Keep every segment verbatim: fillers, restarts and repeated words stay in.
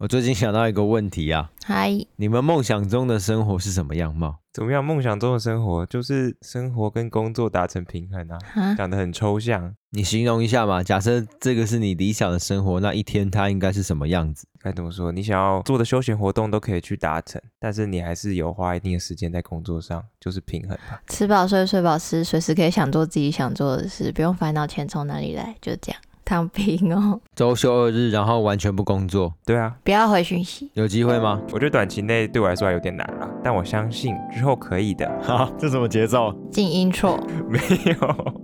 我最近想到一个问题啊， 嗨， 你们梦想中的生活是什么样貌？ 怎么样？梦想中的生活就是生活跟工作达成平衡啊，讲得很抽象。 你形容一下嘛，假设这个是你理想的生活，那一天它应该是什么样子？ 该怎么说？你想要做的休闲活动都可以去达成，但是你还是有花一定的时间在工作上，就是平衡吧。 吃饱睡，睡饱吃，随时可以想做自己想做的事，不用烦恼钱从哪里来，就这样。躺平哦， 周休二日，然后完全不工作。 对啊， 不要回讯息， 有机会吗？ 我觉得短期内对我来说还有点难啦，但我相信之后可以的。 好，这什么节奏？ 进 intro 没有。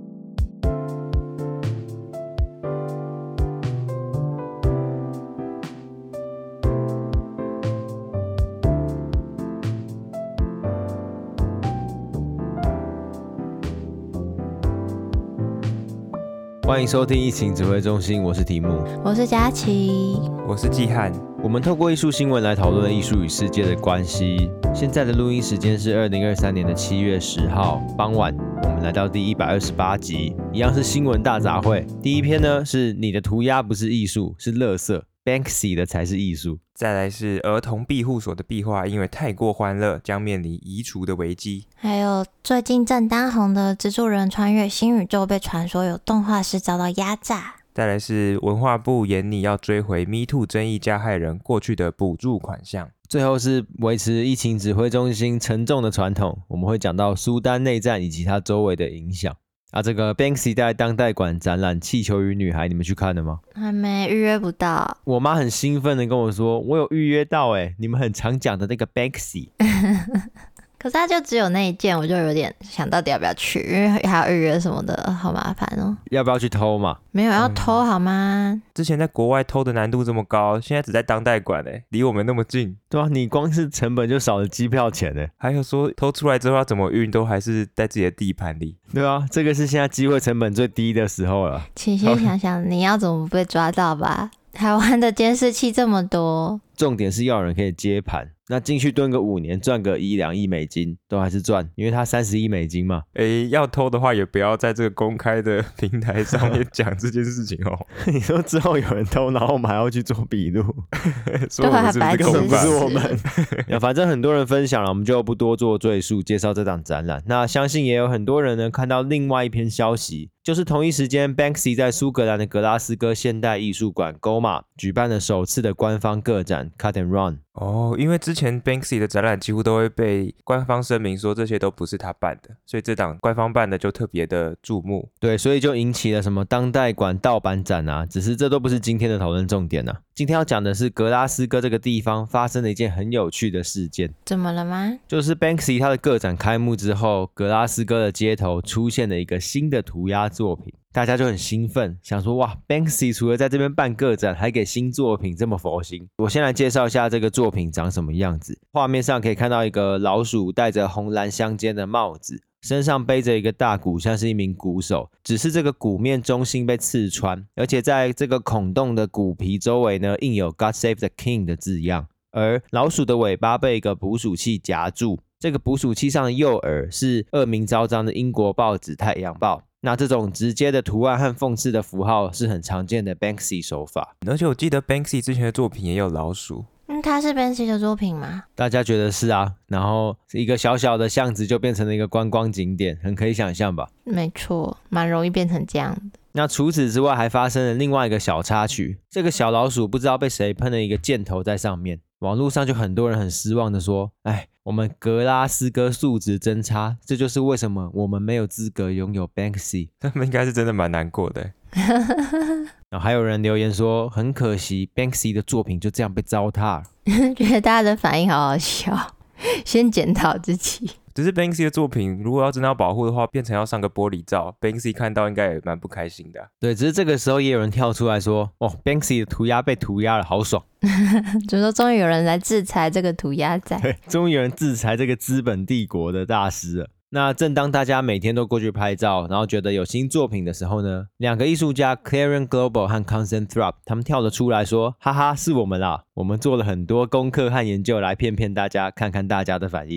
欢迎收听疫情指挥中心，我是提姆， 我是佳琪， 我是季汉。 我们透过艺术新闻来讨论艺术与世界的关系。现在的录音时间是二零二三年的七月十号傍晚，我们来到第一百二十八集，一样是新闻大杂烩。第一篇呢是你的涂鸦不是艺术，是垃圾 ，Banksy 的才是艺术。 再来是儿童庇护所的壁画，因为太过欢乐，将面临移除的危机。 还有最近正当红的蜘蛛人穿越新宇宙，被传说有动画师遭到压榨。 再来是文化部研拟要追回 Me Too 争议加害人过去的补助款项。 最后是维持疫情指挥中心沉重的传统，我们会讲到苏丹内战以及它周围的影响。啊，这个 Banksy 在当代馆展览《气球与女孩》，你们去看了吗？ 还没，预约不到。 我妈很兴奋的跟我说，我有预约到耶，你们很常讲的那个 Banksy。 可是他就只有那一件，我就有点想到底要不要去，因为还要预约什么的，好麻烦哦。 要不要去偷嘛？ 没有要偷好吗、嗯？ 之前在国外偷的难度这么高，现在只在当代馆诶，离我们那么近。 对啊，你光是成本就少了机票钱诶。 还有说偷出来之后要怎么运，都还是在自己的地盘里。 对啊，这个是现在机会成本最低的时候了。 请先想想你要怎么被抓到吧。台湾的监视器这么多， 重点是要有人可以接盘。那进去蹲个五年，赚个一两亿美金，都还是赚，因为它三十亿美金嘛。 诶，要偷的话，也不要在这个公开的平台上面讲这件事情哦。 你说之后有人偷，然后我们还要去做笔录， 说我们是不是根本不是我们。反正很多人分享了，我们就不多做赘述，介绍这档展览。那相信也有很多人呢看到另外一篇消息，就是同一时间 Banksy 在苏格兰的格拉斯哥现代艺术馆 G O M A 举办了首次的官方个展 Cut and Run。 哦，因为之前 Banksy 的展览几乎都会被官方声明说这些都不是他办的，所以这档官方办的就特别的注目。 对，所以就引起了什么当代馆盗版展啊，只是这都不是今天的讨论重点啊。今天要讲的是格拉斯哥这个地方发生了一件很有趣的事件。 怎么了吗？ 就是 Banksy 他的个展开幕之后，格拉斯哥的街头出现了一个新的涂鸦作品。大家就很兴奋，想说哇 Banksy 除了在这边办个展，还给新作品，这么佛心。我先来介绍一下这个作品长什么样子。画面上可以看到一个老鼠戴着红蓝相间的帽子，身上背着一个大鼓，像是一名鼓手，只是这个鼓面中心被刺穿，而且在这个孔洞的鼓皮周围呢，印有 God Save the King 的字样。而老鼠的尾巴被一个捕鼠器夹住，这个捕鼠器上的诱饵是恶名昭彰的英国报纸《太阳报》。那这种直接的图案和讽刺的符号是很常见的 Banksy 手法， 而且我记得 Banksy 之前的作品也有老鼠。 嗯，它是 Banksy 的作品吗？ 大家觉得是啊，然后一个小小的巷子就变成了一个观光景点，很可以想象吧？ 没错，蛮容易变成这样的。 那除此之外还发生了另外一个小插曲，这个小老鼠不知道被谁喷了一个箭头在上面，网络上就很多人很失望的说，哎，我们格拉斯哥素质真差，这就是为什么我们没有资格拥有 Banksy。 他们应该是真的蛮难过的。 然后还有人留言说，很可惜 Banksy 的作品就这样被糟蹋了。 觉得大家的反应好好笑，先检讨自己。 只是 Banksy 的作品如果要真的要保护的话，变成要上个玻璃罩， Banksy 看到应该也蛮不开心的、啊、 对，只是这个时候也有人跳出来说，哦 Banksy 的涂鸦被涂鸦了，好爽。 就说终于有人来制裁这个涂鸦仔， 对，终于有人制裁这个资本帝国的大师了。那正当大家每天都过去拍照，然后觉得有新作品的时候呢，两个艺术家 Clarion Global 和 Concentrop 他们跳了出来说，哈哈，是我们啦，我们做了很多功课和研究来骗骗大家，看看大家的反应。 那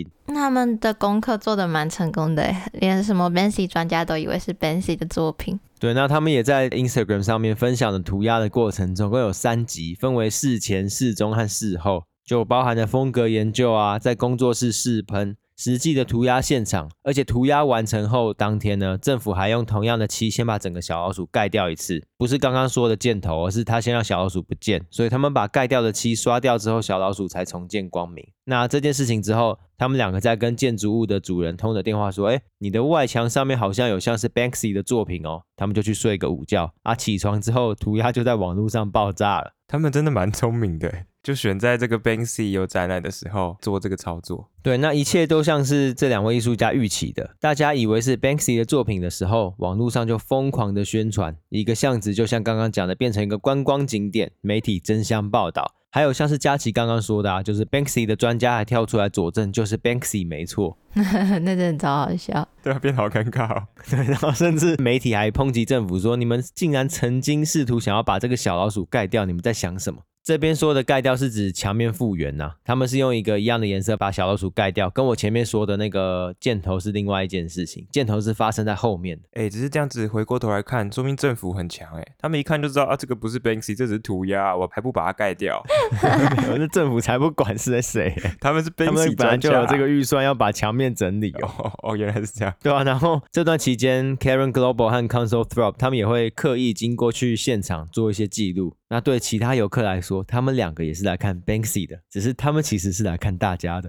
他们的功课做得蛮成功的，连什么 Banksy 专家都以为是 Banksy 的作品。 对，那他们也在 Instagram 上面分享的涂鸦的过程，总共有三集，分为事前、事中和事后，就包含了风格研究啊，在工作室试喷，实际的涂鸦现场，而且涂鸦完成后当天呢，政府还用同样的漆先把整个小老鼠盖掉一次，不是刚刚说的箭头，而是他先让小老鼠不见，所以他们把盖掉的漆刷掉之后，小老鼠才重见光明。那这件事情之后，他们两个在跟建筑物的主人通的电话说，哎，你的外墙上面好像有像是 Banksy 的作品哦，他们就去睡个午觉啊，起床之后涂鸦就在网络上爆炸了。 他们真的蛮聪明的，就选在这个 Banksy 有展览的时候做这个操作。 对，那一切都像是这两位艺术家预期的，大家以为是 Banksy 的作品的时候，网络上就疯狂的宣传，一个巷子就像刚刚讲的变成一个观光景点，媒体争相报道。还有像是佳琪刚刚说的啊，就是 Banksy 的专家还跳出来佐证，就是 Banksy 没错。 那真的超好笑。 对啊，变得好尴尬哦。 对，然后甚至媒体还抨击政府说，你们竟然曾经试图想要把这个小老鼠盖掉，你们在想什么？这边说的盖掉是指墙面复原啊，他们是用一个一样的颜色把小老鼠盖掉，跟我前面说的那个箭头是另外一件事情，箭头是发生在后面的。 哎，只是这样子回过头来看，说明政府很强哎，他们一看就知道啊，这个不是 Banksy， 这只是涂鸦，我还不把它盖掉。 那政府才不管是谁， 他们是 Banksy 他们本来就有这个预算要把墙面整理哦。 哦, 哦，原来是这样。 对啊，然后这段期间 Karen Global 和 Council Throp 他们也会刻意经过去现场做一些记录。那对其他游客来说，他们两个也是来看 Banksy 的，只是他们其实是来看大家的。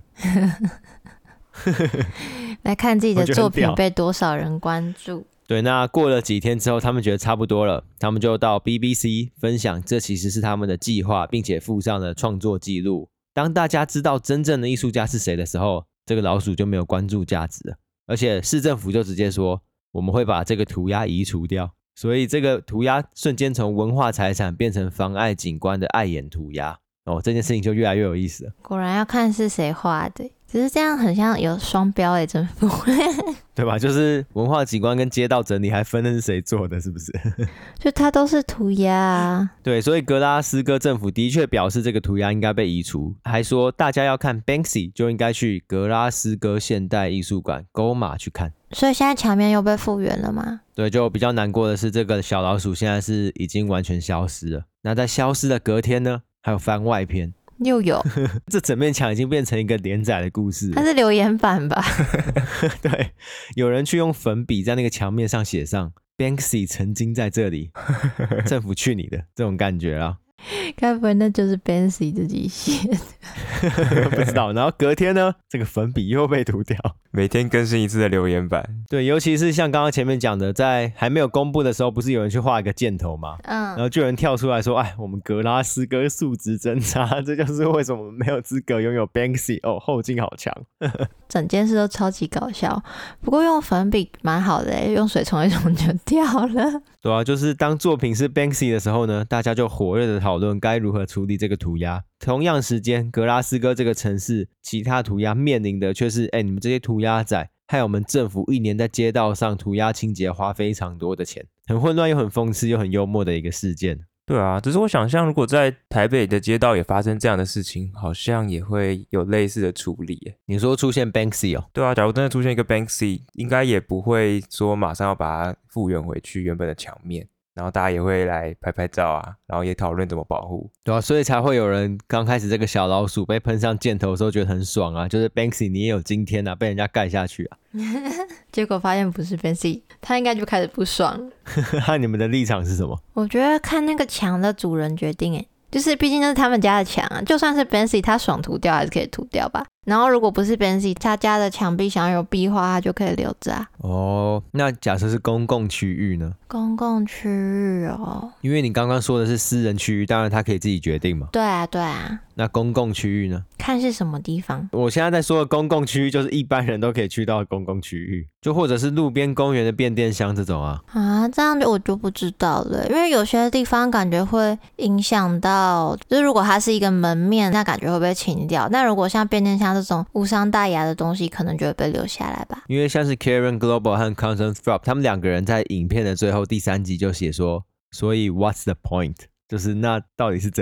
来看自己的作品被多少人关注。 对，那过了几天之后，他们觉得差不多了，他们就到 B B C 分享这其实是他们的计划，并且附上了创作记录。当大家知道真正的艺术家是谁的时候，这个老鼠就没有关注价值了，而且市政府就直接说，我们会把这个涂鸦移除掉。所以这个涂鸦瞬间从文化财产变成妨碍景观的碍眼涂鸦哦，这件事情就越来越有意思了。 果然要看是谁画的，只是这样很像有双标诶，政府。 对吧？就是文化景观跟街道整理还分的是谁做的，是不是？ 就它都是涂鸦啊。 对，所以格拉斯哥政府的确表示这个涂鸦应该被移除，还说大家要看 Banksy 就应该去格拉斯哥现代艺术馆 G O M A 去看。 所以现在墙面又被复原了吗？ 对，就比较难过的是，这个小老鼠现在是已经完全消失了。那在消失的隔天呢，还有番外篇。 又有这整面墙已经变成一个连载的故事了。 它是留言板吧？ 对，有人去用粉笔在那个墙面上写上 Banksy 曾经在这里，政府去你的这种感觉啦。 该不会那就是 Banksy 自己写的？ 不知道。然后隔天呢，这个粉笔又被涂掉。 每天更新一次的留言板。 对，尤其是像刚刚前面讲的，在还没有公布的时候，不是有人去画一个箭头吗？ 嗯， 然后就有人跳出来说，哎，我们格拉斯哥素质真差，这就是为什么我们没有资格拥有 Banksy。哦，后劲好强。 整件事都超级搞笑。不过用粉笔蛮好的耶，用水冲一冲就掉了。 对啊，就是当作品是 Banksy 的时候呢，大家就火热的讨论该如何处理这个涂鸦。同样时间，格拉斯哥这个城市其他涂鸦面临的却是，哎，你们这些涂鸦仔害我们政府一年在街道上涂鸦清洁花非常多的钱，很混乱又很讽刺又很幽默的一个事件。 对啊，只是我想象如果在台北的街道也发生这样的事情，好像也会有类似的处理耶。 你说出现 Banksy 哦？ 对啊，假如真的出现一个 Banksy， 应该也不会说马上要把它复原回去原本的墙面，然后大家也会来拍拍照啊，然后也讨论怎么保护。 对啊，所以才会有人刚开始这个小老鼠被喷上箭头的时候觉得很爽啊，就是 Banksy 你也有今天啊，被人家盖下去啊。 结果发现不是 Banksy， 他应该就开始不爽了。 那你们的立场是什么？ 我觉得看那个墙的主人决定耶，就是毕竟那是他们家的墙啊，就算是 Banksy 他爽涂掉还是可以涂掉吧。然后如果不是 Banksy 他家的墙壁想要有壁画，他就可以留着啊。 哦，那假设是公共区域呢？ 公共区域哦， 因为你刚刚说的是私人区域，当然他可以自己决定嘛。 对啊对啊。 那公共区域呢？ 看是什么地方。 我现在在说的公共区域就是一般人都可以去到的公共区域，就或者是路边公园的变电箱这种啊。 啊，这样我就不知道了，因为有些地方感觉会影响到，就是如果它是一个门面，那感觉会被清掉。那如果像变电箱这种无伤大雅的东西，可能就会被留下来吧。 因为像是 Karen Global 和 Council Throp 他们两个人在影片的最后第三集就写说，所以 What's the point？ 就是那到底是怎样？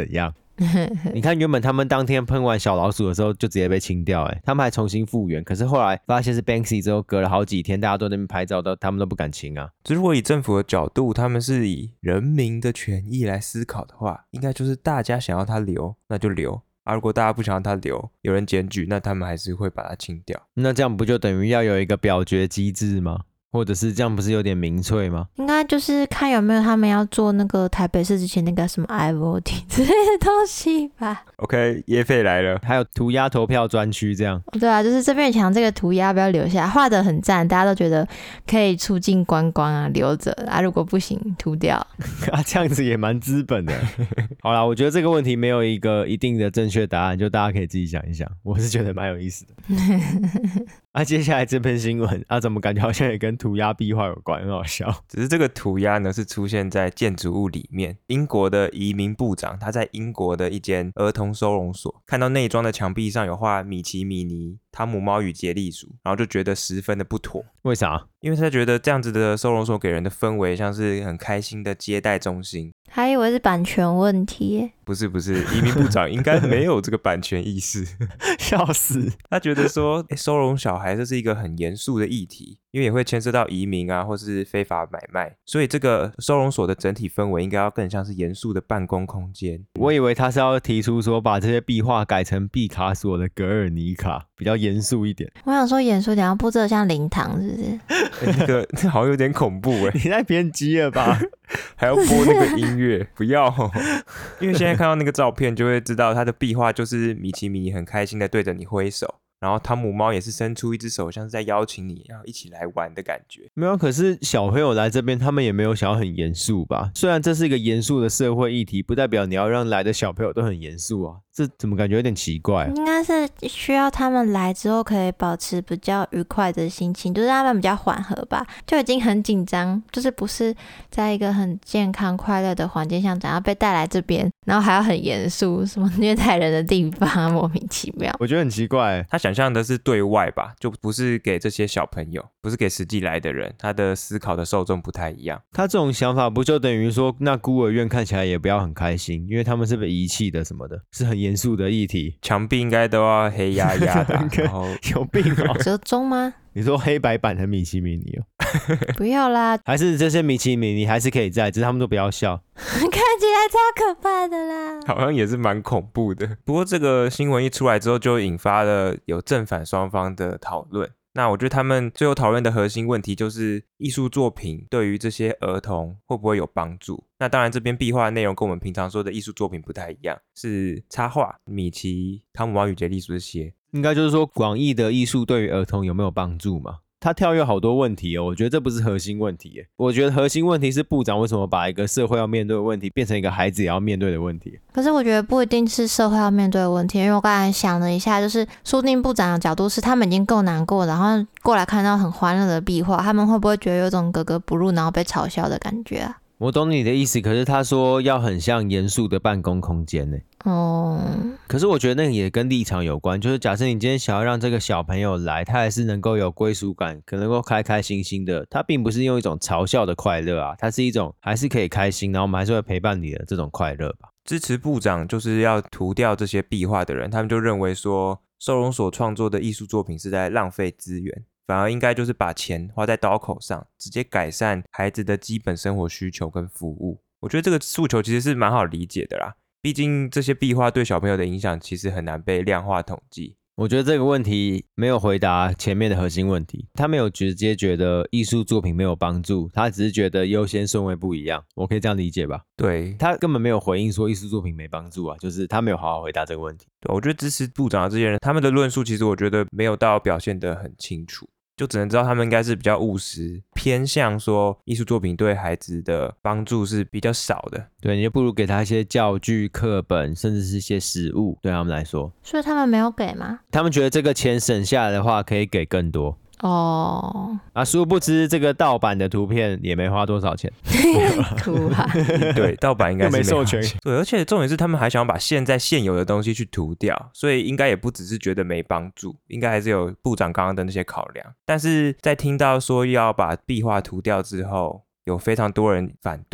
你看，原本他们当天喷完小老鼠的时候就直接被清掉，哎，他们还重新复原，可是后来发现是 Banksy 之后，隔了好几天，大家都在那边拍照，都他们都不敢清啊。 如果以政府的角度，他们是以人民的权益来思考的话，应该就是大家想要它留，那就留。啊，如果大家不想让它留，有人检举，那他们还是会把它清掉。 那这样不就等于要有一个表决机制吗？或者是这样不是有点民粹吗？ 应该就是看有没有他们要做那个台北市之前那个什么 iVoting 之类的东西吧。 OK， 业配来了， 还有涂鸦投票专区这样。 对啊，就是这边墙这个涂鸦要不要留下，画得很赞，大家都觉得可以促进观光啊，留着啊，如果不行涂掉。 啊，这样子也蛮资本的。好啦，我觉得这个问题没有一个一定的正确答案，就大家可以自己想一想，我是觉得蛮有意思的。啊，接下来这篇新闻啊，怎么感觉好像也跟涂鸦壁画有关，很好笑。 只是这个涂鸦呢是出现在建筑物里面。英国的移民部长他在英国的一间儿童收容所看到内装的墙壁上有画米奇米妮、汤姆猫与杰利鼠，然后就觉得十分的不妥。 为啥？ 因为他觉得这样子的收容所给人的氛围像是很开心的接待中心。 还以为是版权问题耶。 不是不是，移民部长应该没有这个版权意识。 笑死。 他觉得说、欸、收容小孩这是一个很严肃的议题，因为也会牵涉到移民啊或是非法买卖，所以这个收容所的整体氛围应该要更像是严肃的办公空间。 我以为他是要提出说把这些壁画改成毕卡索的格尔尼卡，比较严肃一点。 我想说严肃点，要布置得像灵堂是不是？ 欸、那个那好像有点恐怖哎。 你太偏激了吧。 还要播那个音乐，不要、哦，因为现在看到那个照片就会知道他的壁画就是米奇米妮很开心的对着你挥手，然后汤姆猫也是伸出一只手，像是在邀请你要一起来玩的感觉。 没有，可是小朋友来这边他们也没有想要很严肃吧，虽然这是一个严肃的社会议题，不代表你要让来的小朋友都很严肃啊，这怎么感觉有点奇怪、啊、 应该是需要他们来之后可以保持比较愉快的心情，就是让他们比较缓和吧，就已经很紧张，就是不是在一个很健康快乐的环境下，然后被带来这边，然后还要很严肃，什么虐待人的地方莫名其妙。 我觉得很奇怪， 他想象的是对外吧，就不是给这些小朋友，不是给实际来的人，他的思考的受众不太一样。 他这种想法不就等于说那孤儿院看起来也不要很开心，因为他们是被遗弃的什么的，是很严肃的议题， 墙壁应该都要黑压压的、啊、然后有病哦。 折中吗？ 你说黑白版的米奇米妮哦？ 不要啦， 还是这些米奇米妮还是可以在，只是他们都不要笑。 看起来超可怕的啦， 好像也是蛮恐怖的。不过这个新闻一出来之后，就引发了有正反双方的讨论。那我觉得他们最后讨论的核心问题就是艺术作品对于这些儿童会不会有帮助。那当然这边壁画的内容跟我们平常说的艺术作品不太一样，是插画、米奇、汤姆猫与杰利鼠这些。 应该就是说广义的艺术对于儿童有没有帮助嘛？他跳跃好多问题哦，我觉得这不是核心问题耶。我觉得核心问题是部长为什么把一个社会要面对的问题变成一个孩子也要面对的问题。 可是我觉得不一定是社会要面对的问题，因为我刚才想了一下，就是说不定部长的角度是他们已经够难过，然后过来看到很欢乐的壁画，他们会不会觉得有种格格不入然后被嘲笑的感觉啊？ 我懂你的意思，可是他说要很像严肃的办公空间呢。 哦， 可是我觉得那个也跟立场有关，就是假设你今天想要让这个小朋友来，他还是能够有归属感，可能够开开心心的，他并不是用一种嘲笑的快乐啊，他是一种还是可以开心，然后我们还是会陪伴你的这种快乐吧。 支持部长就是要涂掉这些壁画的人，他们就认为说收容所创作的艺术作品是在浪费资源，反而应该就是把钱花在刀口上，直接改善孩子的基本生活需求跟服务。我觉得这个诉求其实是蛮好理解的啦，毕竟这些壁画对小朋友的影响其实很难被量化统计。 我觉得这个问题没有回答前面的核心问题，他没有直接觉得艺术作品没有帮助，他只是觉得优先顺位不一样，我可以这样理解吧？ 对， 他根本没有回应说艺术作品没帮助啊，就是他没有好好回答这个问题。 对，我觉得支持部长的这些人，他们的论述其实我觉得没有到表现得很清楚，就只能知道他们应该是比较务实，偏向说艺术作品对孩子的帮助是比较少的。 对，你就不如给他一些教具、课本，甚至是一些食物，对他们来说。 所以他们没有给吗？ 他们觉得这个钱省下来的话，可以给更多。 哦， 啊，殊不知这个盗版的图片也没花多少钱。 哭啊！ 对，盗版应该是没授权。 对，而且重点是他们还想要把现在现有的东西去涂掉，所以应该也不只是觉得没帮助，应该还是有部长刚刚的那些考量。但是在听到说要把壁画涂掉之后，有非常多人反对，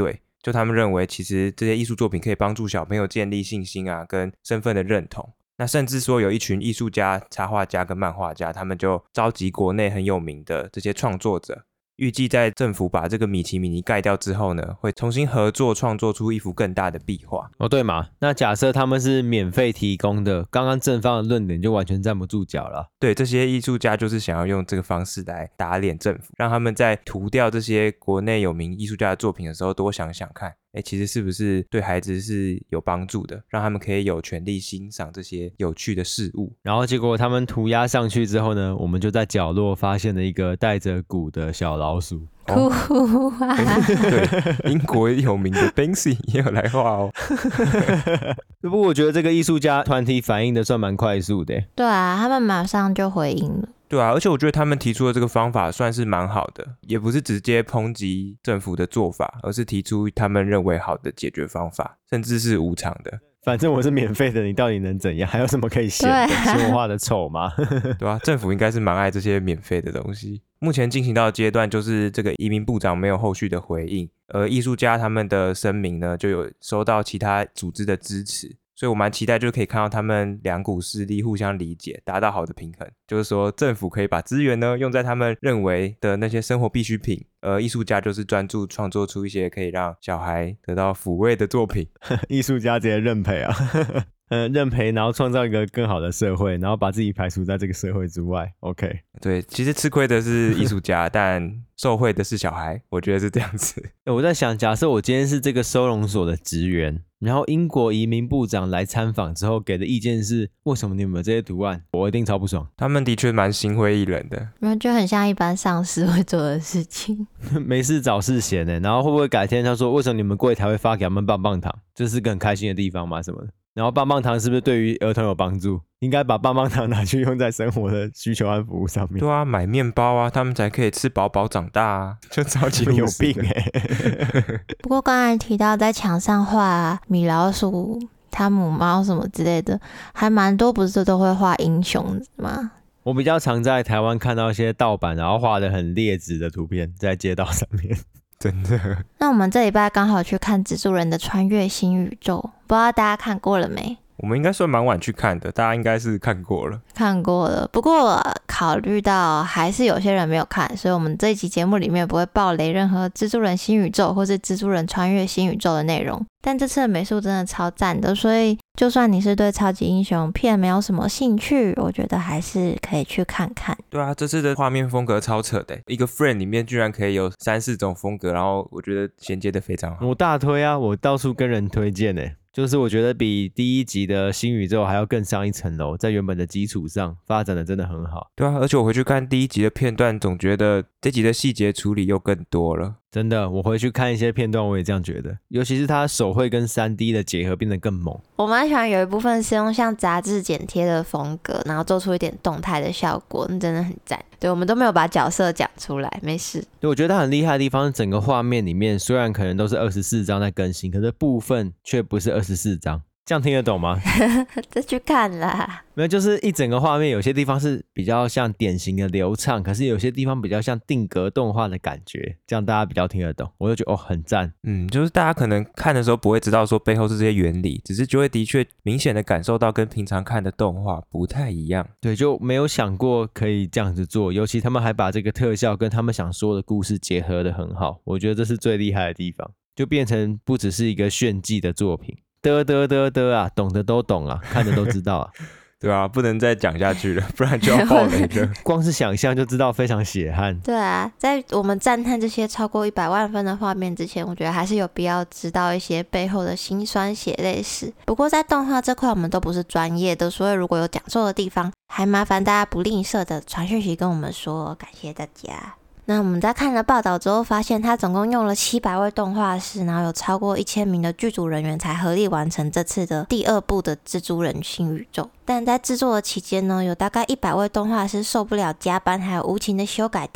就他们认为其实这些艺术作品可以帮助小朋友建立信心啊跟身份的认同。那甚至说有一群艺术家、插画家跟漫画家，他们就召集国内很有名的这些创作者，预计在政府把这个米奇米妮盖掉之后呢，会重新合作创作出一幅更大的壁画。 哦，对嘛，那假设他们是免费提供的，刚刚正方的论点就完全站不住脚了。 对，这些艺术家就是想要用这个方式来打脸政府，让他们在涂掉这些国内有名艺术家的作品的时候多想想看，哎，其实是不是对孩子是有帮助的，让他们可以有权利欣赏这些有趣的事物。 然后结果他们涂鸦上去之后呢，我们就在角落发现了一个带着鼓的小老鼠。 哭啊！ 对，英国有名的 Banksy 也有来画哦。 不过我觉得这个艺术家团体反应的算蛮快速的。 对啊，他们马上就回应了。 对啊，而且我觉得他们提出的这个方法算是蛮好的，也不是直接抨击政府的做法，而是提出他们认为好的解决方法，甚至是无偿的。 反正我是免费的，你到底能怎样？还有什么可以嫌的？嫌我画的丑吗？ 对啊，政府应该是蛮爱这些免费的东西。目前进行到的阶段就是这个移民部长没有后续的回应，而艺术家他们的声明呢，就有收到其他组织的支持。所以我蛮期待就可以看到他们两股势力互相理解，达到好的平衡，就是说政府可以把资源呢用在他们认为的那些生活必需品，而艺术家就是专注创作出一些可以让小孩得到抚慰的作品。 艺术家直接认赔啊呃，认赔，然后创造一个更好的社会，然后把自己排除在这个社会之外。 OK， 对，其实吃亏的是艺术家但受惠的是小孩，我觉得是这样子。 我在想，假设我今天是这个收容所的职员，然后英国移民部长来参访之后给的意见是为什么你们有这些图案，我一定超不爽。 他们的确蛮心灰意冷的， 然后就很像一般上司会做的事情。 没事找事闲呢，然后会不会改天他说为什么你们柜台会发给他们棒棒糖，这是个很开心的地方吗什么的，然后棒棒糖是不是对于儿童有帮助，应该把棒棒糖拿去用在生活的需求和服务上面。 对啊，买面包啊，他们才可以吃饱饱长大啊，就超级有病欸不过刚才提到在墙上画米老鼠、汤姆猫什么之类的，还蛮多，不是都会画英雄吗？ 我比较常在台湾看到一些盗版然后画的很劣质的图片在街道上面。 真的。 那我们这礼拜刚好去看蜘蛛人的穿越新宇宙，不知道大家看过了没？ 我们应该算蛮晚去看的，大家应该是看过了。 看过了，不过考虑到还是有些人没有看，所以我们这一集节目里面不会爆雷任何蜘蛛人新宇宙或是蜘蛛人穿越新宇宙的内容。但这次的美术真的超赞的，所以就算你是对超级英雄片没有什么兴趣，我觉得还是可以去看看。 对啊，这次的画面风格超扯的，一个 frame 里面居然可以有三四种风格，然后我觉得衔接的非常好。 我大推啊，我到处跟人推荐耶，就是我觉得比第一集的新宇宙还要更上一层楼，在原本的基础上发展的真的很好。 对啊，而且我回去看第一集的片段，总觉得这集的细节处理又更多了。 真的，我回去看一些片段，我也这样觉得，尤其是它手绘跟 三 D 的结合变得更猛。 我蛮喜欢有一部分是用像杂志剪贴的风格，然后做出一点动态的效果，那真的很赞。对，我们都没有把角色讲出来，没事。 对，我觉得它很厉害的地方是整个画面里面虽然可能都是二十四张在更新，可是部分却不是二十四张。这样听得懂吗？ 再去看啦。 没有，就是一整个画面有些地方是比较像典型的流畅，可是有些地方比较像定格动画的感觉，这样大家比较听得懂，我就觉得哦很赞。 嗯，就是大家可能看的时候不会知道说背后是这些原理，只是就会的确明显的感受到跟平常看的动画不太一样。 对，就没有想过可以这样子做，尤其他们还把这个特效跟他们想说的故事结合得很好，我觉得这是最厉害的地方，就变成不只是一个炫技的作品。得得得得啊，懂的都懂啊，看的都知道啊。 对啊，不能再讲下去了，不然就要爆雷了。 光是想象就知道非常血汗。 对啊，在我们赞叹这些超过一百万分的画面之前，我觉得还是有必要知道一些背后的辛酸血泪史。不过在动画这块我们都不是专业的，所以如果有讲错的地方，还麻烦大家不吝啬的传讯息跟我们说，感谢大家。那我们在看了报道之后发现，他总共用了七百位动画师，然后有超过一千名的剧组人员才合力完成这次的第二部的蜘蛛人新宇宙。但在制作的期间呢，有大概一百位动画师受不了加班还有无情的修改地狱，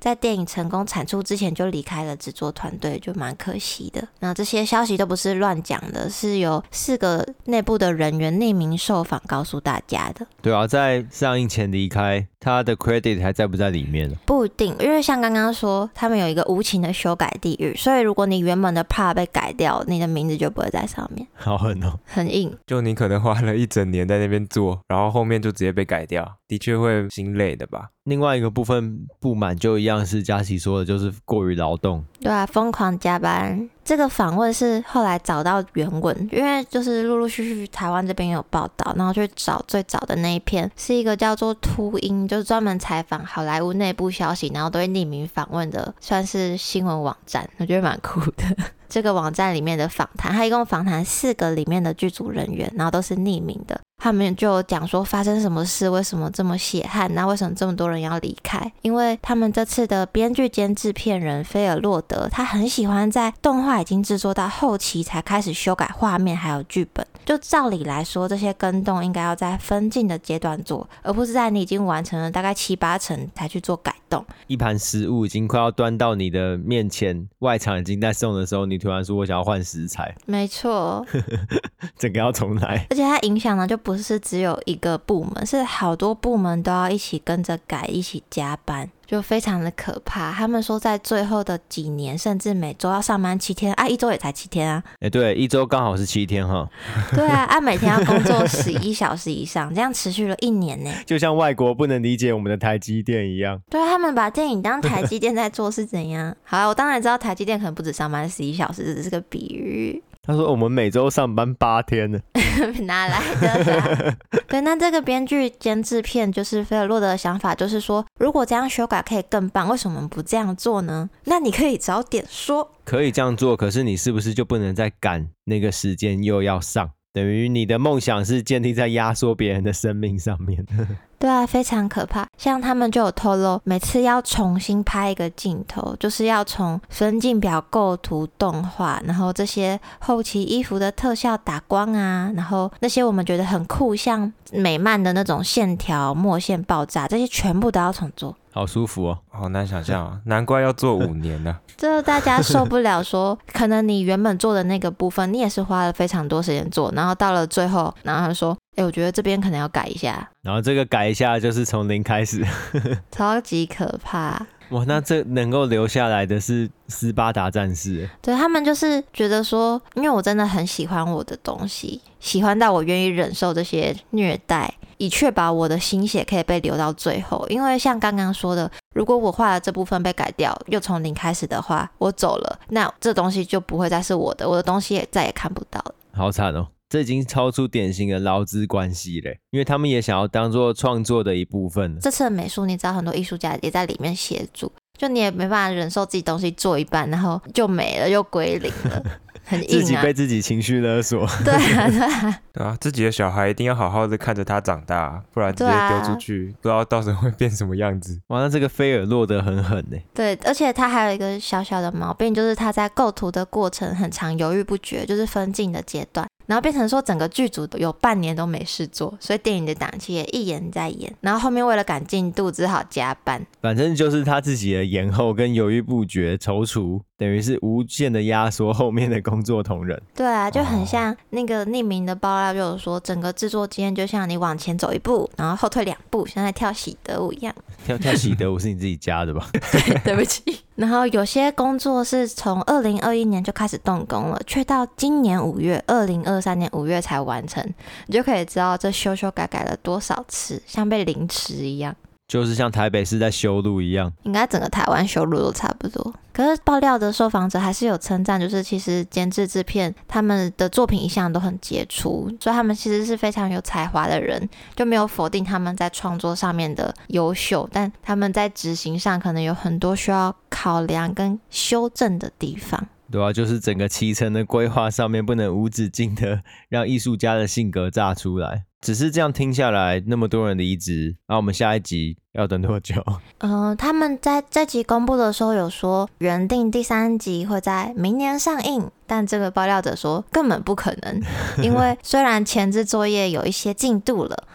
在电影成功产出之前就离开了制作团队，就蛮可惜的。那这些消息都不是乱讲的，是由四个内部的人员匿名受访告诉大家的。 对啊，在上映前离开，他的 credit 还在不在里面？ 不一定，因为像刚刚说他们有一个无情的修改地狱，所以如果你原本的 part 被改掉，你的名字就不会在上面。 好狠哦， 很硬。 就你可能花了一整年在那边做，然后后面就直接被改掉，的确会心累的吧。 另外一个部分不满就一样是佳琪说的，就是过于劳动。 对啊，疯狂加班。这个访问是后来找到原文，因为就是陆陆续续台湾这边有报道，然后去找最早的那一篇，是一个叫做秃鹰，就是专门采访好莱坞内部消息，然后都会匿名访问的，算是新闻网站，我觉得蛮酷的。这个网站里面的访谈，他一共访谈四个里面的剧组人员，然后都是匿名的。他们就讲说发生什么事，为什么这么血汗，那为什么这么多人要离开？因为他们这次的编剧兼制片人菲尔洛德，他很喜欢在动画已经制作到后期才开始修改画面还有剧本。就照理来说，这些更动应该要在分镜的阶段做，而不是在你已经完成了大概七八成才去做改动。 一盘食物已经快要端到你的面前，外场已经在送的时候，你突然说我想要换食材， 没错， 整个要重来。 而且它影响的就不是只有一个部门，是好多部门都要一起跟着改，一起加班，就非常的可怕。他们说在最后的几年，甚至每周要上班七天啊，一周也才七天啊。 哎、欸，对，一周刚好是七天哈。 对啊，啊，每天要工作十一小时以上，这样持续了一年呢。 就像外国不能理解我们的台积电一样。 对啊，他们把电影当台积电在做是怎样？好啦，我当然知道台积电可能不止上班十一小时，这只是个比喻。 他说我们每周上班八天呢。 哪来的啦？对，那这个编剧兼制片就是菲尔洛德的想法，就是说如果这样修改可以更棒，为什么不这样做呢？那你可以早点说。 可以这样做，可是你是不是就不能再赶那个时间又要上？等于你的梦想是建立在压缩别人的生命上面。 对啊，非常可怕。像他们就有透露，每次要重新拍一个镜头，就是要从分镜表、构图、动画，然后这些后期衣服的特效打光啊，然后那些我们觉得很酷，像美漫的那种线条、墨线爆炸，这些全部都要重做。 好舒服哦， 好难想象啊，难怪要做五年呢、啊。 这大家受不了说，可能你原本做的那个部分，你也是花了非常多时间做，然后到了最后，然后他说，哎、欸，我觉得这边可能要改一下， 然后这个改一下就是从零开始， 超级可怕。 哇，那这能够留下来的是斯巴达战士。 对，他们就是觉得说，因为我真的很喜欢我的东西，喜欢到我愿意忍受这些虐待，以确保我的心血可以被留到最后。因为像刚刚说的，如果我画的这部分被改掉，又从零开始的话，我走了，那这东西就不会再是我的，我的东西也再也看不到了。 好惨哦，这已经超出典型的劳资关系嘞，因为他们也想要当做创作的一部分了。 这次的美术，你知道很多艺术家也在里面协助，就你也没办法忍受自己东西做一半，然后就没了，又归零了。很硬啊， 自己被自己情绪勒索。 对啊，对啊， 对啊，自己的小孩一定要好好的看着他长大，不然直接丢出去，啊、不知道到时候会变什么样子。 哇，那这个菲尔洛德很狠呢。 对，而且他还有一个小小的毛病，就是他在构图的过程很常犹豫不决，就是分镜的阶段。然后变成说整个剧组有半年都没事做，所以电影的档期也一延再延，然后后面为了赶进度只好加班。 反正就是他自己的延后跟犹豫不决、踌躇，等于是无限的压缩后面的工作同仁。 对啊，就很像那个匿名的爆料，就有说整个制作经验就像你往前走一步，然后后退两步，像在跳喜德舞一样。 跳跳喜德舞是你自己加的吧？ 对，对不起。然后有些工作是从二零二一年就开始动工了，却到今年五月，二零二三年五月才完成，你就可以知道这修修改改了多少次，像被凌迟一样。 就是像台北市在修路一样， 应该整个台湾修路都差不多。可是爆料的受访者还是有称赞，就是其实监制制片他们的作品一向都很杰出，所以他们其实是非常有才华的人，就没有否定他们在创作上面的优秀，但他们在执行上可能有很多需要考量跟修正的地方。 对啊，就是整个期程的规划上面不能无止境的让艺术家的性格炸出来。只是这样听下来，那么多人离职，那我们下一集要等多久？ 嗯、呃，他们在这集公布的时候有说，原定第三集会在明年上映，但这个爆料者说根本不可能，因为虽然前置作业有一些进度了，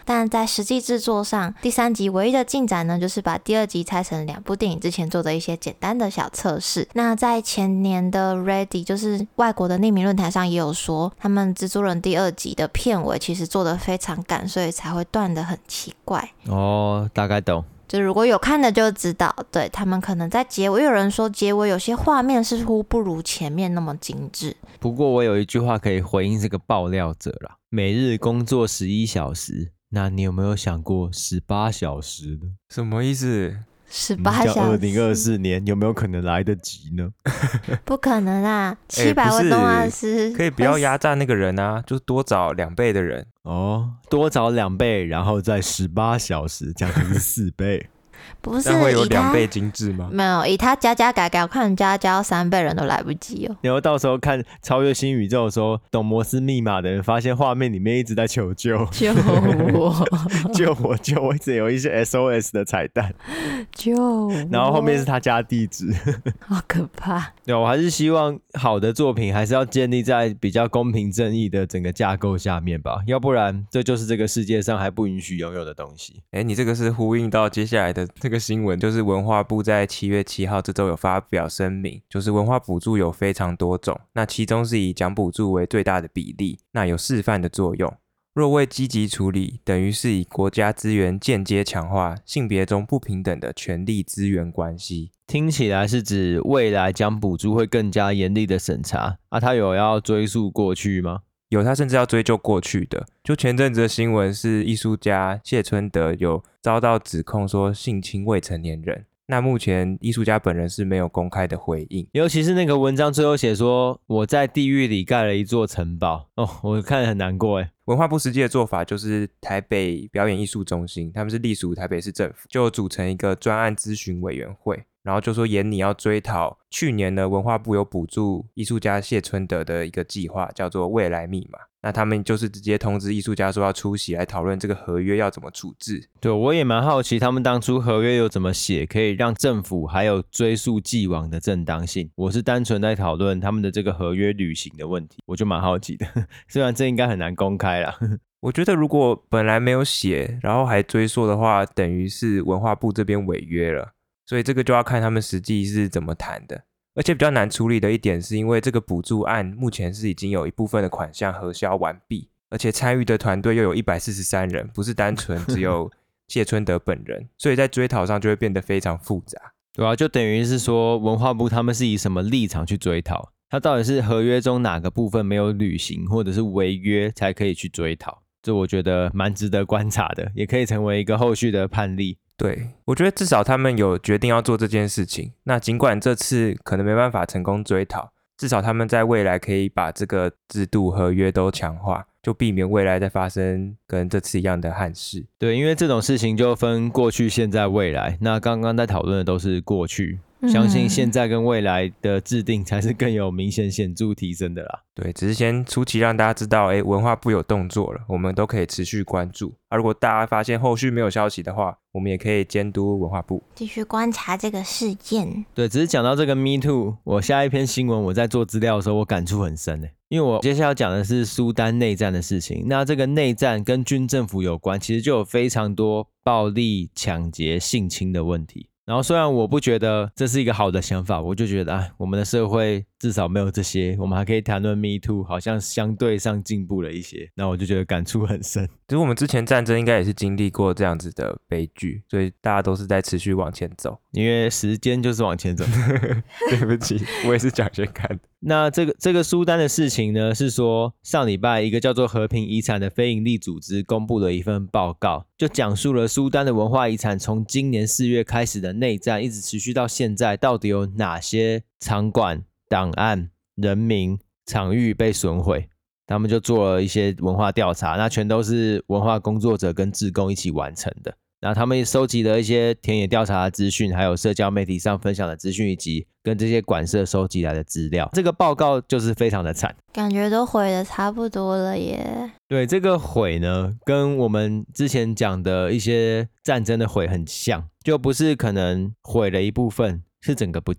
但在实际制作上，第三集唯一的进展呢，就是把第二集拆成两部电影之前做的一些简单的小测试。那在前年的 Reddit 就是外国的匿名论坛上也有说，他们蜘蛛人第二集的片尾其实做得非常赶，所以才会断得很奇怪。 哦，大概懂。 就如果有看的就知道，对，他们可能在结尾，有人说结尾有些画面似乎不如前面那么精致。 不过我有一句话可以回应这个爆料者啦，每日工作十一小时，那你有没有想过十八小时呢？ 什么意思？ 十八小时， 二零二四年有没有可能来得及呢？ 不可能啊！七百位动画师、 欸、可以不要压榨那个人啊，就多找两倍的人哦，多找两倍，然后再十八小时，这样就是四倍。 不是， 那会有两倍精致吗？ 没有，以他加加改改，我看人家加到三倍人都来不及哦。 然后到时候看超越新宇宙的时候，懂摩斯密码的人发现画面里面一直在求救， 救我， 救我，救我，一直有一些 S O S 的彩蛋， 救我， 然后后面是他加地址， 好可怕。 对，我还是希望好的作品还是要建立在比较公平正义的整个架构下面吧，要不然这就是这个世界上还不允许拥有的东西。 哎，你这个是呼应到接下来的这个新闻，就是文化部在七月七号这周有发表声明，就是文化补助有非常多种，那其中是以奖补助为最大的比例，那有示范的作用。若未积极处理，等于是以国家资源间接强化性别中不平等的权利资源关系。 听起来是指未来奖补助会更加严厉的审查啊，他有要追溯过去吗？ 有，他甚至要追究过去的。就前阵子的新闻是艺术家谢春德有遭到指控说性侵未成年人，那目前艺术家本人是没有公开的回应。 尤其是那个文章最后写说我在地狱里盖了一座城堡，哦，我看得很难过耶。 文化部实际的做法就是台北表演艺术中心，他们是隶属台北市政府，就组成一个专案咨询委员会，然后就说严拟要追讨去年呢文化部有补助艺术家谢春德的一个计划，叫做未来密码。那他们就是直接通知艺术家说要出席来讨论这个合约要怎么处置。 对，我也蛮好奇他们当初合约又怎么写，可以让政府还有追溯既往的正当性。我是单纯在讨论他们的这个合约履行的问题，我就蛮好奇的。虽然这应该很难公开啦。 我觉得如果本来没有写，然后还追溯的话，等于是文化部这边违约了，所以这个就要看他们实际是怎么谈的。而且比较难处理的一点是因为这个补助案目前是已经有一部分的款项核销完毕，而且参与的团队又有一百四十三人，不是单纯只有谢春德本人，所以在追讨上就会变得非常复杂。 对啊，就等于是说文化部他们是以什么立场去追讨，他到底是合约中哪个部分没有履行或者是违约才可以去追讨，这我觉得蛮值得观察的，也可以成为一个后续的判例。 对，我觉得至少他们有决定要做这件事情，那尽管这次可能没办法成功追讨，至少他们在未来可以把这个制度合约都强化，就避免未来再发生跟这次一样的憾事。 对，因为这种事情就分过去、现在、未来，那刚刚在讨论的都是过去，相信现在跟未来的制定才是更有明显显著提升的啦。 对，只是先初期让大家知道，哎，文化部有动作了，我们都可以持续关注。而、啊、如果大家发现后续没有消息的话，我们也可以监督文化部继续观察这个事件。 对，只是讲到这个 Me Too， 我下一篇新闻我在做资料的时候，我感触很深诶，因为我接下来要讲的是苏丹内战的事情。那这个内战跟军政府有关，其实就有非常多暴力、抢劫、性侵的问题。然后虽然我不觉得这是一个好的想法，我就觉得哎，我们的社会至少没有这些，我们还可以谈论 Me Too， 好像相对上进步了一些。那我就觉得感触很深。 其实我们之前战争应该也是经历过这样子的悲剧，所以大家都是在持续往前走， 因为时间就是往前走。 对不起，我也是讲先看的。 那这个这个苏丹的事情呢，是说上礼拜一个叫做和平遗产的非营利组织公布了一份报告，就讲述了苏丹的文化遗产从今年四月开始的内战一直持续到现在，到底有哪些场馆、档案、人名、场域被损毁。他们就做了一些文化调查，那全都是文化工作者跟志工一起完成的。然后他们收集了一些田野调查的资讯，还有社交媒体上分享的资讯，以及跟这些馆舍收集来的资料。这个报告就是非常的惨， 感觉都毁的差不多了耶。 对，这个毁呢，跟我们之前讲的一些战争的毁很像，就不是可能毁了一部分，是整个不见。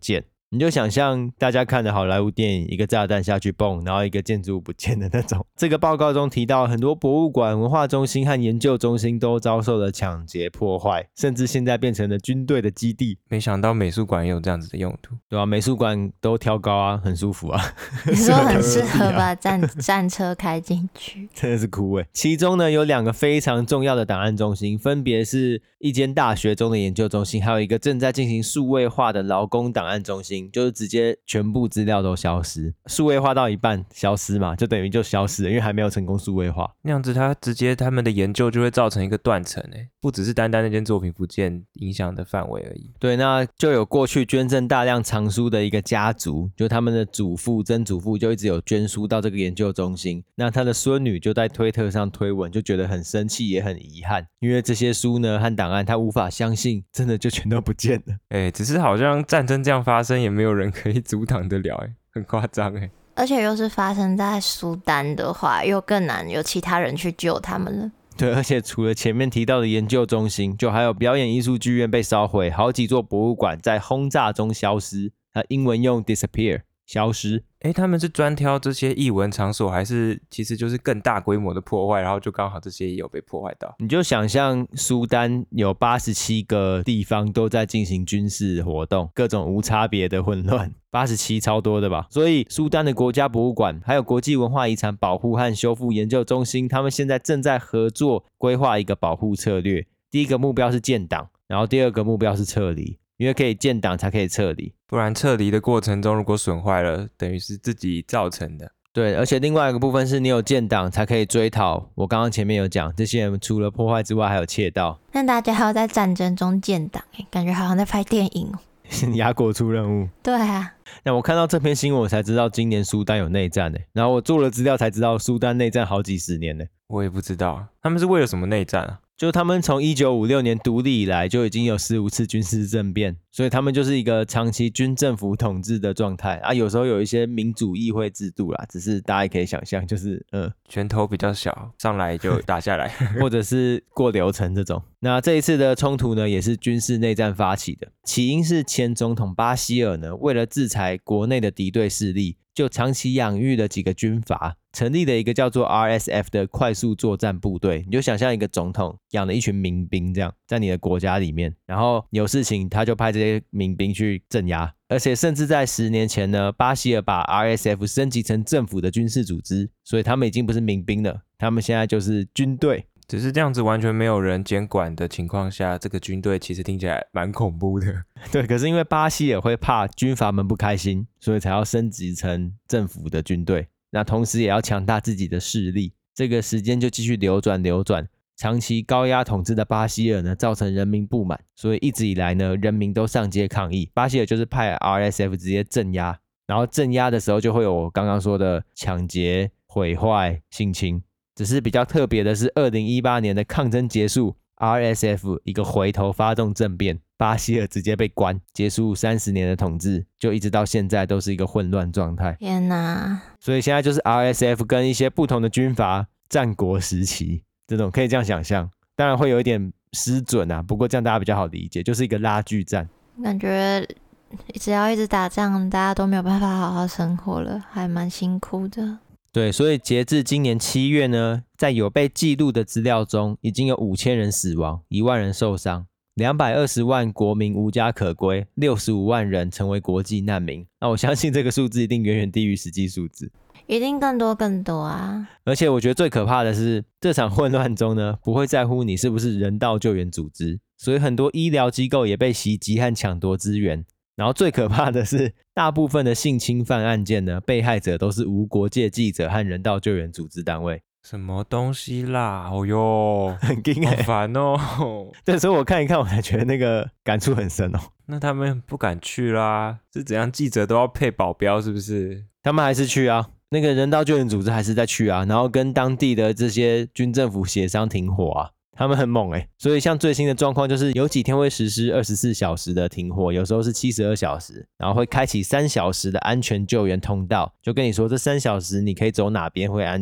你就想象大家看的好莱坞电影，一个炸弹下去蹦，然后一个建筑物不见的那种。这个报告中提到，很多博物馆、文化中心和研究中心都遭受了抢劫破坏，甚至现在变成了军队的基地。 没想到美术馆也有这样子的用途。 对啊，美术馆都挑高啊，很舒服啊。 你说很适合把战战车开进去， 真的是酷欸。其中呢有两个非常重要的档案中心，分别是一间大学中的研究中心，还有一个正在进行数位化的劳工档案中心，就是直接全部资料都消失，数位化到一半消失嘛，就等于就消失了，因为还没有成功数位化。 那样子他直接他们的研究就会造成一个断层诶，不只是单单那件作品不见影响的范围而已。 对，那就有过去捐赠大量藏书的一个家族，就他们的祖父曾祖父就一直有捐书到这个研究中心，那他的孙女就在推特上推文，就觉得很生气也很遗憾，因为这些书呢和档案他无法相信真的就全都不见了。 哎，只是好像战争这样发生也没有人可以阻挡得了，哎，很夸张哎。 而且又是发生在苏丹的话，又更难有其他人去救他们了。 对，而且除了前面提到的研究中心，就还有表演艺术剧院被烧毁，好几座博物馆在轰炸中消失，它英文用 disappear 消失。 哎，他们是专挑这些艺文场所，还是其实就是更大规模的破坏，然后就刚好这些也有被破坏到？ 你就想象苏丹有八十七个地方都在进行军事活动，各种无差别的混乱，八十七超多的吧？所以苏丹的国家博物馆还有国际文化遗产保护和修复研究中心，他们现在正在合作规划一个保护策略。第一个目标是建档，然后第二个目标是撤离，因为可以建档才可以撤离， 不然撤离的过程中如果损坏了，等于是自己造成的。 对，而且另外一个部分是你有建档才可以追讨，我刚刚前面有讲，这些人除了破坏之外还有窃盗。 那大家还要在战争中建档，感觉好像在拍电影哦。 雅果出任务。 对啊， 那我看到这篇新闻我才知道今年苏丹有内战，然后我做了资料才知道苏丹内战好几十年了。 我也不知道他们是为了什么内战啊？ 就他们从一九五六年独立以来就已经有十五次军事政变，所以他们就是一个长期军政府统治的状态啊。有时候有一些民主议会制度啦，只是大家也可以想象，就是呃拳头比较小，上来就打下来， 或者是过流程这种。那这一次的冲突呢，也是军事内战发起的，起因是前总统巴希尔呢，为了制裁国内的敌对势力，就长期养育了几个军阀，成立了一个叫做 R S F 的快速作战部队。你就想象一个总统养了一群民兵，这样在你的国家里面，然后有事情他就派这些民兵去镇压。而且甚至在十年前呢，巴希尔把 R S F 升级成政府的军事组织，所以他们已经不是民兵了，他们现在就是军队。 只是这样子完全没有人监管的情况下，这个军队其实听起来蛮恐怖的。 对，可是因为巴希尔会怕军阀们不开心，所以才要升级成政府的军队，那同时也要强大自己的势力。这个时间就继续流转流转，长期高压统治的巴希尔呢，造成人民不满，所以一直以来呢，人民都上街抗议。巴希尔就是派 R S F 直接镇压，然后镇压的时候就会有我刚刚说的抢劫、毁坏、性侵。只是比较特别的是，二零一八年的抗争结束 ，R S F 一个回头发动政变，巴希尔直接被关，结束三十年的统治，就一直到现在都是一个混乱状态。 天哪！ 所以现在就是 R S F 跟一些不同的军阀战国时期，这种可以这样想象，当然会有一点失准啊，不过这样大家比较好理解，就是一个拉锯战。 感觉只要一直打仗，大家都没有办法好好生活了，还蛮辛苦的。 对，所以截至今年七月呢，在有被记录的资料中，已经有五千人死亡，一万人受伤，两百二十万国民无家可归，六十五万人成为国际难民。那我相信这个数字一定远远低于实际数字， 一定更多更多啊！ 而且我觉得最可怕的是，这场混乱中呢，不会在乎你是不是人道救援组织，所以很多医疗机构也被袭击和抢夺资源。然后最可怕的是，大部分的性侵犯案件呢，被害者都是无国界记者和人道救援组织单位。 什么东西啦？哦哟， 很惊欸， 好烦哦。 对，所以我看一看，我才觉得那个感触很深哦。 那他们不敢去啦？是怎样？记者都要配保镖是不是？ 他们还是去啊，那个人道救援组织还是在去啊，然后跟当地的这些军政府协商停火啊。他们很猛欸，所以像最新的状况就是有几天会实施二十四小时的停火，有时候是七十二小时，然后会开启三小时的安全救援通道，就跟你说这三小时你可以走哪边会安全。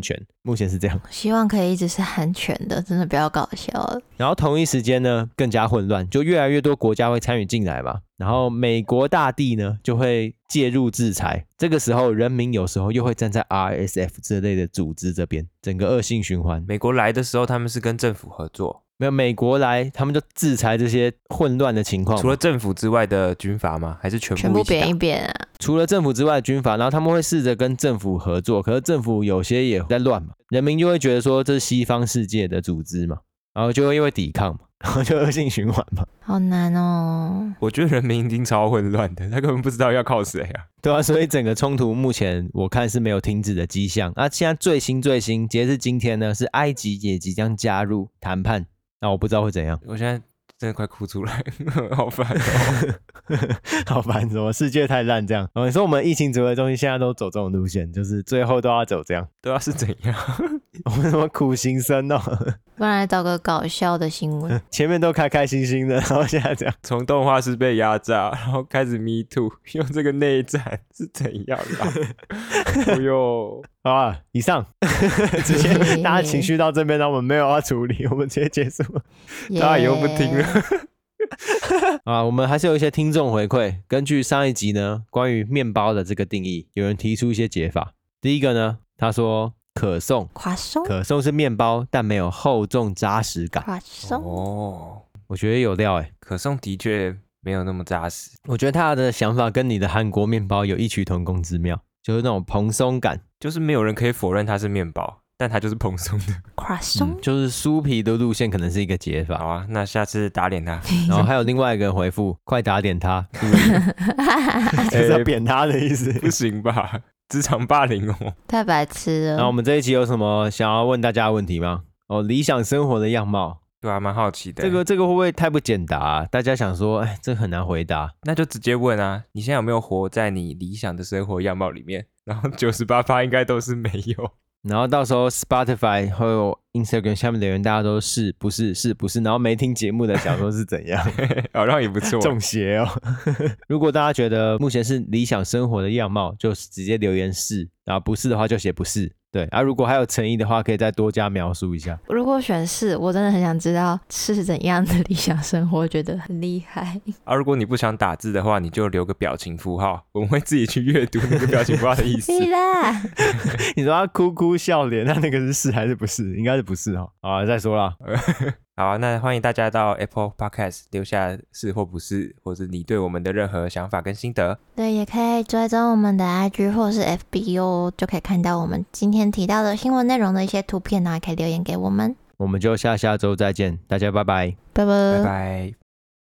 目前是这样。 希望可以一直是安全的，真的不要搞笑了。 然后同一时间呢，更加混乱，就越来越多国家会参与进来嘛。然后美国大帝呢就会介入制裁，这个时候人民有时候又会站在 R S F 这类的组织这边，整个恶性循环。 美国来的时候，他们是跟政府合作， 没有美国来，他们就制裁这些混乱的情况。 除了政府之外的军阀吗？还是全部全部一起打扁一扁啊？ 除了政府之外的军阀，然后他们会试着跟政府合作，可是政府有些也在乱嘛，人民就会觉得说这是西方世界的组织嘛，然后就会因为抵抗嘛，然后就恶性循环嘛。 好难哦。 我觉得人民已经超混乱的，他根本不知道要靠谁啊。 对啊，所以整个冲突目前我看是没有停止的迹象。那现在最新最新，截至今天呢，是埃及也即将加入谈判。那我不知道会怎样。 我现在真的快哭出来，好烦哦。 好烦，什么世界太烂这样。哦，你说我们疫情指挥中心现在都走这种路线，就是最后都要走这样， 对啊，是怎样？ 我们什么苦行僧哦。 不然来找个搞笑的新闻。 前面都开开心心的，然后现在这样， 从动画师被压榨，然后开始 Me Too， 用这个内战是怎样啊？哎呦， 好啊，以上直接大家情绪到这边，然后我们没有要处理，我们直接结束， 大家以后不听了。 啊，我们还是有一些听众回馈，根据上一集呢关于面包的这个定义，有人提出一些解法。第一个呢，他说可颂， 夸松， 可颂是面包，但没有厚重扎实感。 夸松哦， 我觉得有料哎， 可颂的确没有那么扎实。 我觉得他的想法跟你的韩国面包有异曲同工之妙，就是那种蓬松感， 就是没有人可以否认它是面包，但它就是蓬松的。 夸松、 嗯，就是酥皮的路线可能是一个解法。 好啊，那下次打脸他。 然后还有另外一个人回复，快打点他，就是要扁他的意思。 不行吧？职场霸凌哦， 太白痴了。 那我们这一期有什么想要问大家的问题吗？哦，理想生活的样貌， 对啊，蛮好奇的。 这个这个会不会太不简答啊？大家想说，哎，这很难回答。 那就直接问啊，你现在有没有活在你理想的生活样貌里面？然后 百分之九十八 应该都是没有。 然后到时候 Spotify 还有 Instagram 下面留言，大家都是不是是不是，然后没听节目的想说是怎样， 好像也不错， 中邪哦。如果大家觉得目前是理想生活的样貌，就直接留言是，然后不是的话就写不是。对啊，如果还有诚意的话，可以再多加描述一下。 如果选是，我真的很想知道是怎样的理想生活，我觉得很厉害。 啊，如果你不想打字的话，你就留个表情符号，我们会自己去阅读那个表情符号的意思。 是啦， 你说他哭哭笑脸，那那个是是还是不是？应该是不是哦。好啊，再说啦。 好，那欢迎大家到 Apple Podcast 留下是或不是，或是你对我们的任何想法跟心得。 对，也可以追踪我们的 I G 或是 F B 哦，就可以看到我们今天提到的新闻内容的一些图片，然后也可以留言给我们。 我们就下下周再见，大家拜拜， 拜拜， 拜拜。